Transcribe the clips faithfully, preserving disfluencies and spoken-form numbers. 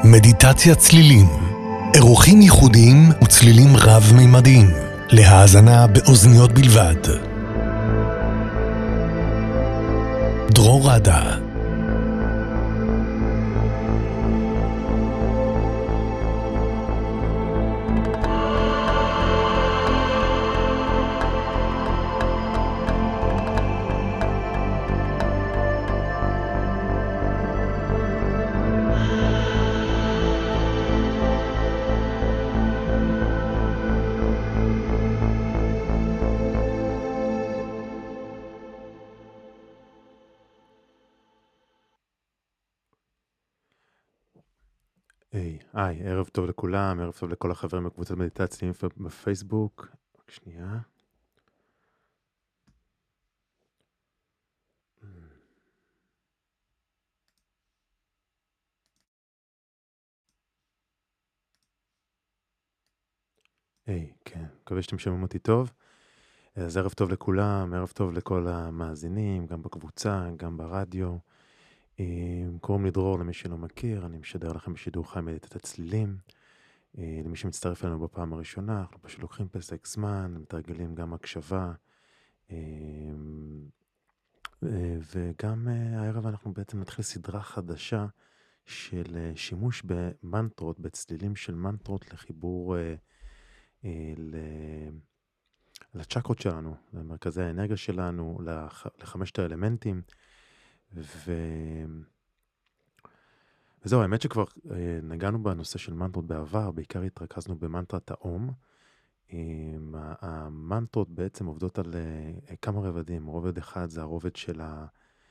מדיטציה צלילים, אירוחים ייחודיים וצלילים רב-מימדיים, להאזנה באוזניות בלבד. דרור רדה. היי, היי, ערב טוב לכולם, ערב טוב לכל החברים בקבוצת מדיטציה בפייסבוק. רק שנייה. היי, כן, מקווה שאתם שומעים אותי טוב. אז ערב טוב לכולם, ערב טוב לכל המאזינים, גם בקבוצה, גם ברדיו. קוראים לי דרור, למי שלא מכיר, אני משדר לכם בשידור חי מדיטת הצלילים. למי שמצטרף אלינו בפעם הראשונה, אנחנו פשוט לוקחים פסק זמן, מתרגלים גם הקשבה. וגם הערב אנחנו בעצם נתחיל סדרה חדשה של שימוש במנטרות, בצלילים של מנטרות לחיבור לצ'קרות שלנו, למרכזי האנרגיה שלנו, לחמשת האלמנטים. ו... וזהו, האמת שכבר נגענו בנושא של מנטרות בעבר, בעיקר התרכזנו במנטרת האום. המנטרות בעצם עובדות על כמה רבדים. רובד אחד זה הרובד של, ה...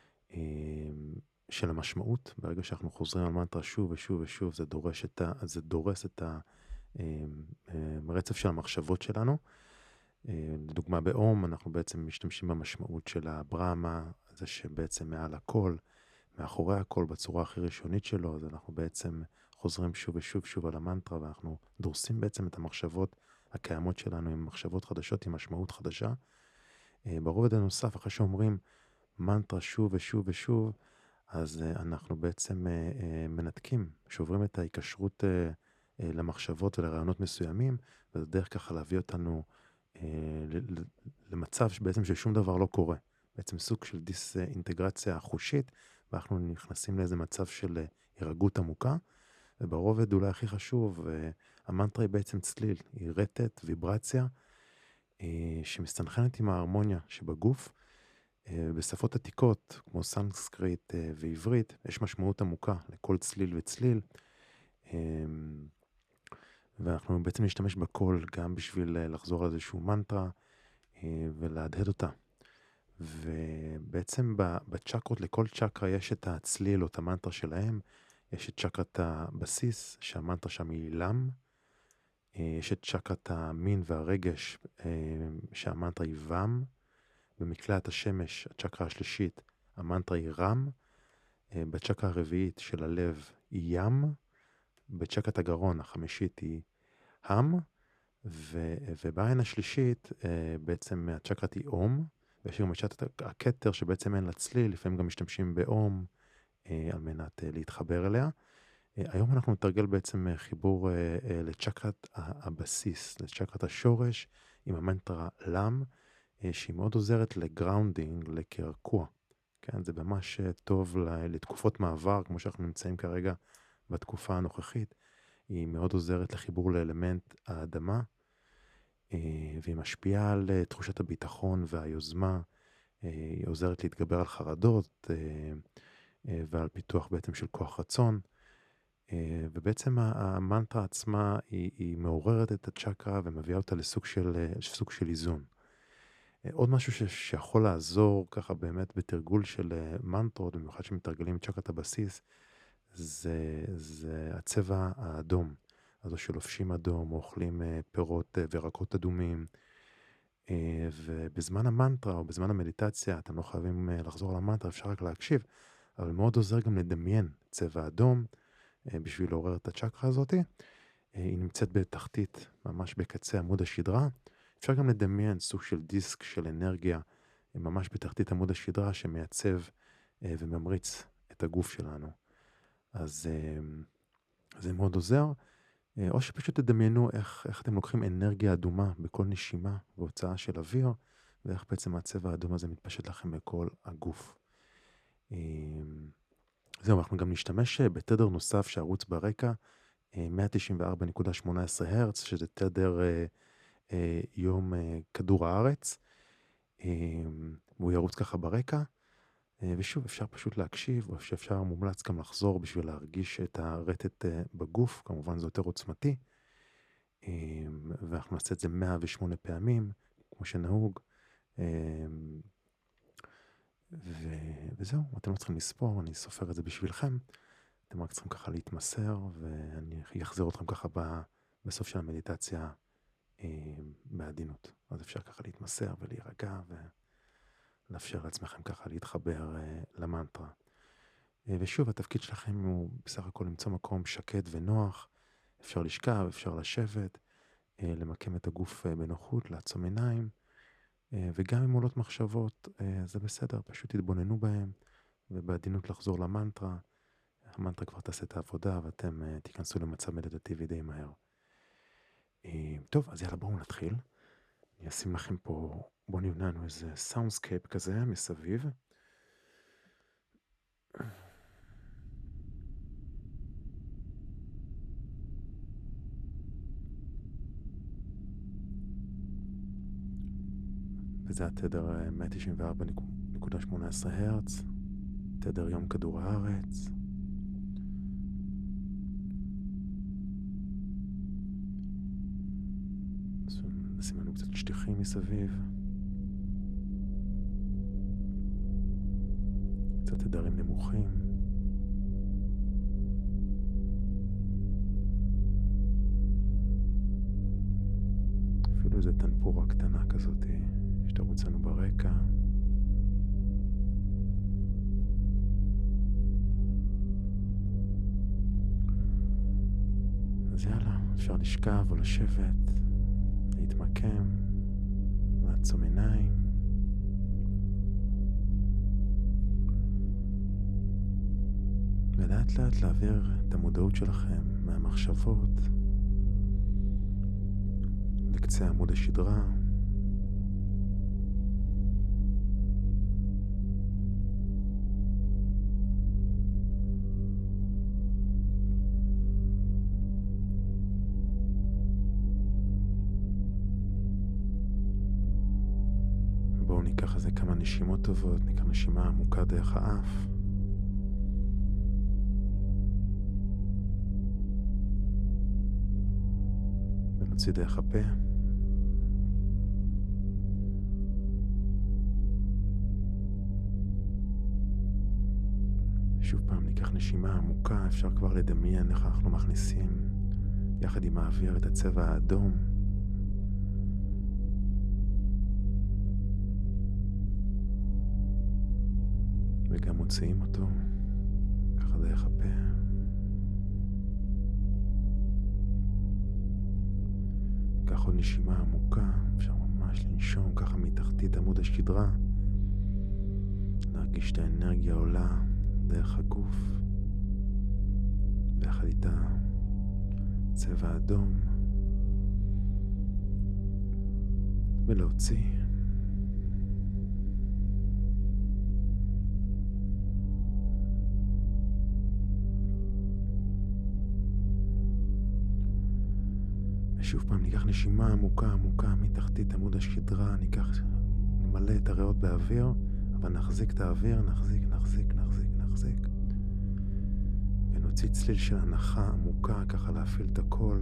של המשמעות. ברגע שאנחנו חוזרים על מנטרה שוב ושוב ושוב, זה דורש את ה... זה דורס את הרצף של המחשבות שלנו. לדוגמה, באום אנחנו בעצם משתמשים במשמעות של הברמה, זה שבעצם מעל הכל, מאחורי הכל, בצורה הכי ראשונית שלו, אז אנחנו בעצם חוזרים שוב ושוב שוב על המנטרה, ואנחנו דורסים בעצם את המחשבות הקיימות שלנו עם מחשבות חדשות, עם משמעות חדשה. ברובד הנוסף, אחרי שאומרים מנטרה שוב ושוב ושוב, אז אנחנו בעצם מנתקים, שוברים את ההיקשרות למחשבות ולרעיונות מסוימים, וזה דרך ככה להביא אותנו למצב שבעצם ששום דבר לא קורה. בעצם סוג של דיס-אינטגרציה חושית, ואנחנו נכנסים לאיזה מצב של הירגעות עמוקה, וברובד אולי הכי חשוב, המנטרה היא בעצם צליל, היא רטט, ויברציה, שמסתנכרנת עם ההרמוניה שבגוף. בשפות עתיקות, כמו סנסקריט ועברית, יש משמעות עמוקה לכל צליל וצליל, ואנחנו בעצם נשתמש בכל גם בשביל לחזור על איזשהו מנטרה ולהדהד אותה. ובעצם בצ'קרות, לכל צ'קרה יש את הצליל או את המנטרה שלהם. יש את צ'קרת הבסיס, שהמנטרה שם היא לם. יש את צ'קרת המין והרגש, שהמנטרה היא ום. במקלעת השמש, הצ'קרה השלישית, המנטרה היא רם. בצ'קרה הרביעית של הלב היא ים. בצ'קרת הגרון החמישית היא הם. ובעין השלישית בעצם הצ'קרת היא אום. ויש גם צ'קרת הכתר שבעצם אין לה צליל, לפעמים גם משתמשים באום על מנת להתחבר אליה. היום אנחנו נתרגל בעצם חיבור לצ'קרת הבסיס, לצ'קרת השורש עם המנטרה לם, שהיא מאוד עוזרת לגראונדינג, לקרקוע. כן, זה ממש טוב לתקופות מעבר, כמו שאנחנו נמצאים כרגע בתקופה הנוכחית. היא מאוד עוזרת לחיבור לאלמנט האדמה, והיא משפיעה על תחושת הביטחון והיוזמה. היא עוזרת להתגבר על חרדות ועל פיתוח בעצם של כוח רצון. ובעצם המנטרה עצמה היא, היא מעוררת את הצ'קרה ומביאה אותה לסוג של, סוג של איזון. עוד משהו ש, שיכול לעזור ככה באמת בתרגול של מנטרות, במיוחד שמתרגלים את צ'קרת הבסיס, זה, זה הצבע האדום. אז או שלובשים אדום, או אוכלים פירות וירקות אדומים. ובזמן המנטרה או בזמן המדיטציה, אתם לא חייבים לחזור על המנטרה, אפשר רק להקשיב, אבל מאוד עוזר גם לדמיין צבע אדום, בשביל לעורר את הצ'קרה הזאת. היא נמצאת בתחתית, ממש בקצה עמוד השדרה. אפשר גם לדמיין סוג של דיסק של אנרגיה, ממש בתחתית עמוד השדרה, שמייצב וממריץ את הגוף שלנו. אז זה מאוד עוזר. או שפשוט תדמיינו איך, איך אתם לוקחים אנרגיה אדומה בכל נשימה והוצאה של אוויר, ואיך בעצם הצבע האדום הזה מתפשט לכם בכל הגוף. זהו, אנחנו גם נשתמש בתדר נוסף שערוץ ברקע, מאה תשעים וארבע נקודה שמונה עשרה הרץ, שזה תדר יום כדור הארץ, והוא ירוץ ככה ברקע, ושוב, אפשר פשוט להקשיב, או שאפשר מומלץ גם לחזור בשביל להרגיש את הרטט בגוף, כמובן זה יותר עוצמתי, ואנחנו נעשה את זה מאה ושמונה פעמים, כמו שנהוג, ו- וזהו, אתם לא צריכים לספור, אני סופר את זה בשבילכם, אתם רק צריכים ככה להתמסר, ואני אחזיר אתכם ככה ב- בסוף של המדיטציה בעדינות. אז אפשר ככה להתמסר ולהירגע, ולאפשר לעצמכם ככה להתחבר למנטרה. ושוב, התפקיד שלכם הוא בסך הכל למצוא מקום שקט ונוח, אפשר לשכב, אפשר לשבת, למקם את הגוף בנוחות, לעצום עיניים, וגם אם עולות מחשבות, זה בסדר, פשוט תתבוננו בהם, ובעדינות לחזור למנטרה. המנטרה כבר תעשה את העבודה, ואתם תיכנסו למצב מדיטטיבי די מהר. טוב, אז יאללה, בואו נתחיל. אני אשים לכם פה, בואו נבנה לנו איזה סאונדסקייפ כזה מסביב. וזה התדר מאה תשעים וארבע נקודה שמונה עשרה הרץ, תדר יום כדור הארץ. נשים לנו קצת שטיחים מסביב. קצת תדרים נמוכים. אפילו איזה טנפורה קטנה כזאת שתרוץ לנו ברקע. אז יאללה, אפשר לשכב או לשבת, להתמקם, לעצום עיניים. ולאט לאט להעביר את המודעות שלכם מהמחשבות לקצה עמוד השדרה. ובואו ניקח איזה כמה נשימות טובות, ניקח נשימה עמוקה דרך האף. ונוציא דרך הפה. שוב פעם ניקח נשימה עמוקה, אפשר כבר לדמיין איך אנחנו מכניסים יחד עם האוויר את הצבע האדום. וגם מוציאים אותו ככה דרך הפה. ניקח עוד נשימה עמוקה, אפשר ממש לנשום ככה מתחתית עמוד השדרה, להרגיש את האנרגיה עולה דרך הגוף, ויחד איתה צבע אדום, ולהוציא. ושוב פעם ניקח נשימה עמוקה עמוקה מתחתית עמוד השדרה, ניקח, נמלא את הריאות באוויר, אבל נחזיק את האוויר, נחזיק, נחזיק, נחזיק, נחזיק. ונוציא צליל של הנחה עמוקה, ככה להפעיל את הכל.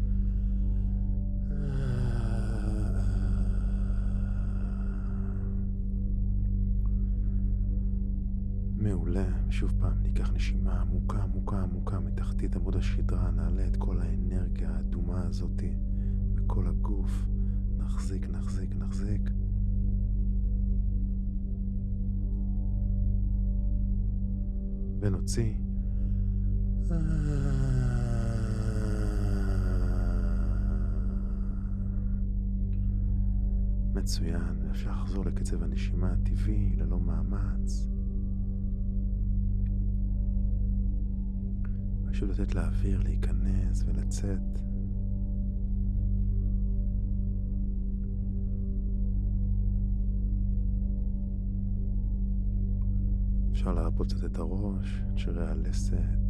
מעולה, ושוב פעם ניקח נשימה עמוקה עמוקה עמוקה מתחתית עמוד השדרה, נעלה את כל האנרגיה האדומה הזאת בכל הגוף, נחזיק, נחזיק, נחזיק. ונוציא. מצוין, ואפשר לחזור לקצב הנשימה הטבעי ללא מאמץ. פשוט לתת לאוויר להיכנס ולצאת. אפשר להרפות קצת את הראש, את שרירי הלסת,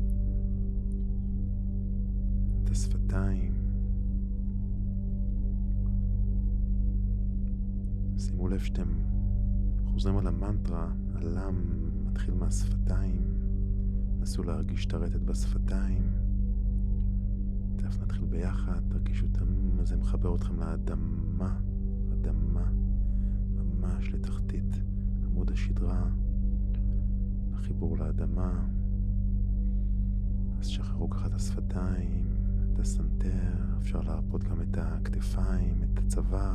את השפתיים. שימו לב שאתם חוזרים על המנטרה, הלם מתחיל מהשפתיים. נסו להרגיש את הרטט בשפתיים. תכף נתחיל ביחד, תרגישו את המ הזה מחבר אתכם לאדמה, אדמה, ממש לתחתית עמוד השדרה, לחיבור לאדמה. אז שחררו ככה את השפתיים, את הסנטר, אפשר להרפות גם את הכתפיים, את הצוואר.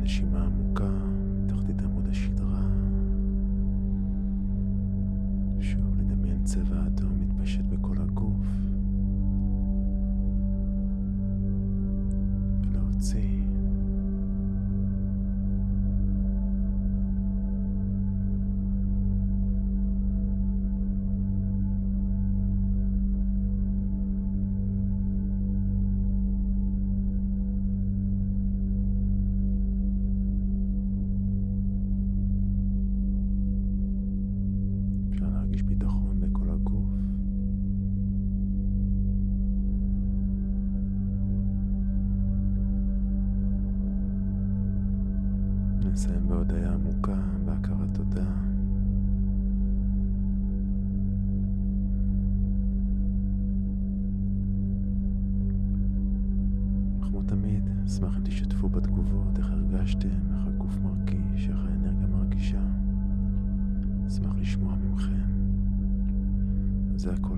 נשימה עמוקה מתחתית עמוד השדרה. שוב לדמיין צבע אדום מתפשט בכל הגוף. ולהוציא. ביטחון בכל הגוף. נסיים בהודעה עמוקה, בהכרת תודה. כמו תמיד, אשמח אם תשתפו בתגובות, איך הרגשתם, איך הגוף מרגיש, איך האנרגיה מרגישה. אשמח לשמוע ממכם. זה הכל